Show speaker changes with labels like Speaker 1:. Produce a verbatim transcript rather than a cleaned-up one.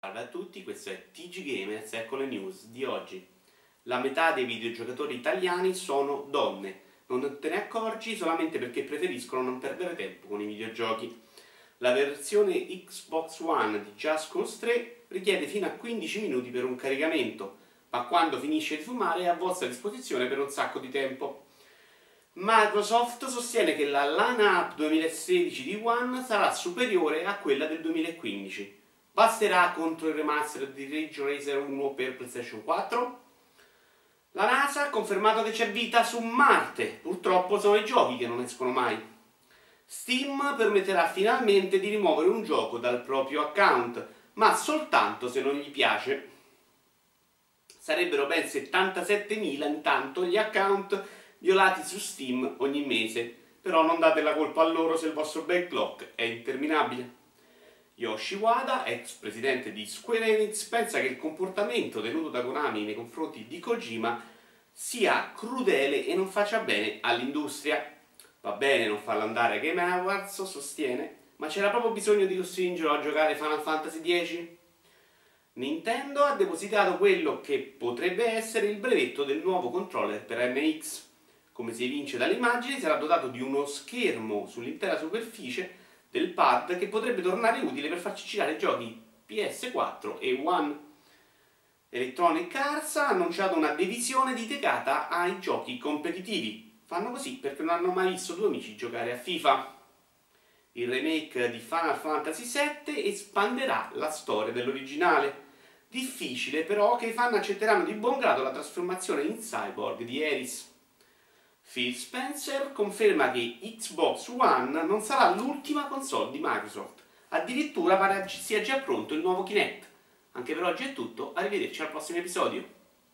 Speaker 1: Salve a tutti, questo è T G Gamers, ecco le news di oggi. La metà dei videogiocatori italiani sono donne. Non te ne accorgi solamente perché preferiscono non perdere tempo con i videogiochi. La versione Xbox One di Just Cause tre richiede fino a quindici minuti per un caricamento, ma quando finisce di fumare è a vostra disposizione per un sacco di tempo. Microsoft sostiene che la line-up duemilasedici di One sarà superiore a quella del duemilaquindici. Basterà contro il remaster di Ridge Racer uno per PlayStation quattro? La NASA ha confermato che c'è vita su Marte, purtroppo sono i giochi che non escono mai. Steam permetterà finalmente di rimuovere un gioco dal proprio account, ma soltanto se non gli piace. Sarebbero ben settantasettemila intanto gli account violati su Steam ogni mese, però non date la colpa a loro se il vostro backlog è interminabile. Yoshi Wada, ex presidente di Square Enix, pensa che il comportamento tenuto da Konami nei confronti di Kojima sia crudele e non faccia bene all'industria. Va bene non farlo andare ai Game Awards, sostiene, ma c'era proprio bisogno di costringerlo a giocare Final Fantasy dieci? Nintendo ha depositato quello che potrebbe essere il brevetto del nuovo controller per N X. Come si evince dalle immagini, sarà dotato di uno schermo sull'intera superficie del pad che potrebbe tornare utile per farci girare giochi P S quattro e One. Electronic Arts ha annunciato una divisione dedicata ai giochi competitivi. Fanno così perché non hanno mai visto due amici giocare a FIFA. Il remake di Final Fantasy sette espanderà la storia dell'originale. Difficile però che i fan accetteranno di buon grado la trasformazione in cyborg di Aeris. Phil Spencer conferma che Xbox One non sarà l'ultima console di Microsoft, addirittura pare sia già pronto il nuovo Kinect. Anche per oggi è tutto, arrivederci al prossimo episodio.